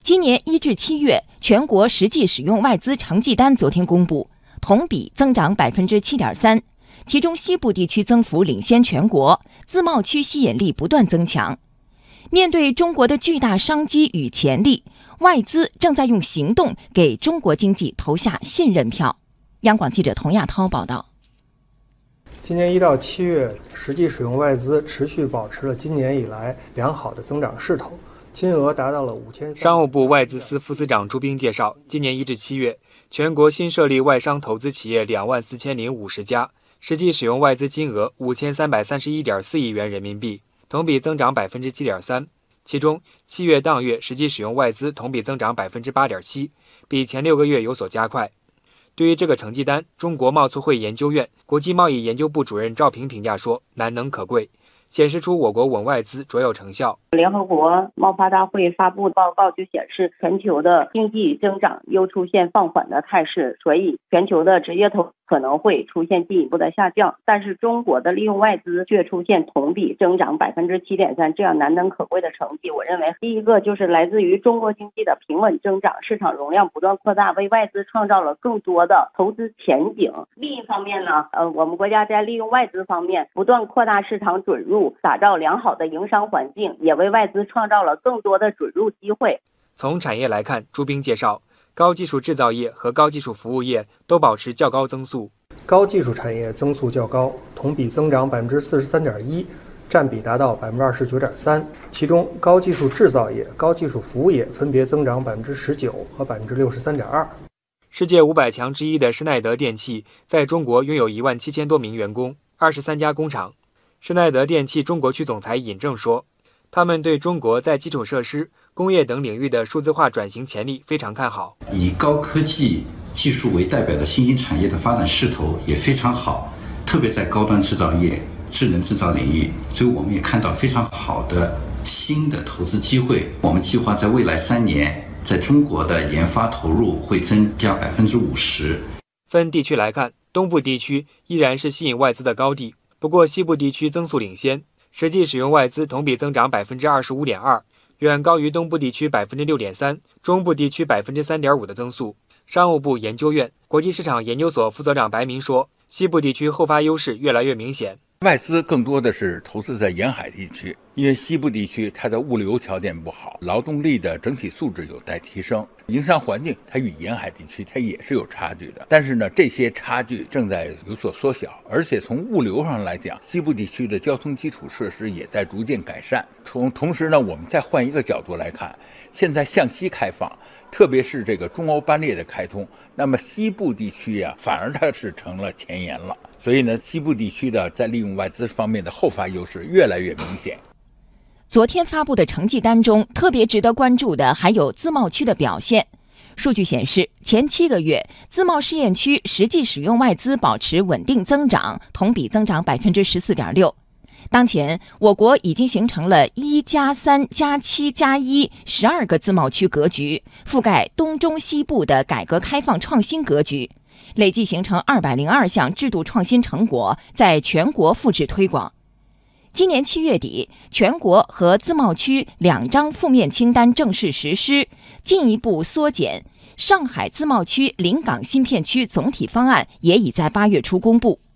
今年1至7月，全国实际使用外资成绩单昨天公布，同比增长 7.3%， 其中西部地区增幅领先全国，自贸区吸引力不断增强。面对中国的巨大商机与潜力，外资正在用行动给中国经济投下信任票。央广记者童亚涛报道。 今年1到7月，实际使用外资持续保持了今年以来良好的增长势头，金额达到了5300。 商务部外资司副司长朱斌介绍，今年1至7月，全国新设立外商投资企业24050家，实际使用外资金额5331.4亿元人民币，同比增长 7.3%。其中7月当月实际使用外资同比增长 8.7%， 比前6个月有所加快。对于这个成绩单，中国贸促会研究院国际贸易研究部主任赵平评价说，难能可贵，显示出我国稳外资卓有成效。 联合国贸发大会发布报告就显示，全球的经济增长又出现放缓的态势，所以全球的职业投可能会出现进一步的下降，但是中国的利用外资却出现同比增长 7.3%， 这样难能可贵的成绩。我认为第一个就是来自于中国经济的平稳增长，市场容量不断扩大，为外资创造了更多的投资前景。另一方面呢，我们国家在利用外资方面不断扩大市场准入，打造良好的营商环境，也为外资创造了更多的准入机会。 从产业来看，朱斌介绍，高技术制造业和高技术服务业都保持较高增速。 高技术产业增速较高，同比增长 43.1%， 占比达到 29.3%。其中高技术制造业、高技术服务业分别增长 19% 和 63.2%。 世界500强之一的施耐德电器在中国拥有17000多名员工，23家工厂。施耐德电器中国区总裁尹正说，他们对中国在基础设施、工业等领域的数字化转型潜力非常看好。 以高科技技术为代表的新兴产业的发展势头也非常好，特别在高端制造业、智能制造领域，所以我们也看到非常好的新的投资机会。我们计划在未来3年，在中国的研发投入会增加 50%。 分地区来看，东部地区依然是吸引外资的高地，不过西部地区增速领先，实际使用外资同比增长 25.2%， 远高于东部地区 6.3%， 中部地区 3.5% 的增速。商务部研究院国际市场研究所副所长白明说，西部地区后发优势越来越明显。 外资更多的是投资在沿海地区，因为西部地区它的物流条件不好，劳动力的整体素质有待提升，营商环境它与沿海地区它也是有差距的。但是呢，这些差距正在有所缩小，而且从物流上来讲，西部地区的交通基础设施也在逐渐改善。同时呢，我们再换一个角度来看，现在向西开放，特别是这个中欧班列的开通，那么西部地区反而它是成了前沿了。所以呢，西部地区的在利用外资方面的后发优势越来越明显。 昨天发布的成绩单中，特别值得关注的还有自贸区的表现。数据显示，前7个月自贸试验区实际使用外资保持稳定增长，同比增长 14.6%。当前，我国已经形成了1+3+7+1 12个自贸区格局，覆盖东中西部的改革开放创新格局，累计形成202项制度创新成果，在全国复制推广。今年7月底，全国和自贸区2张负面清单正式实施，进一步缩减。上海自贸区临港新片区总体方案也已在8月初公布。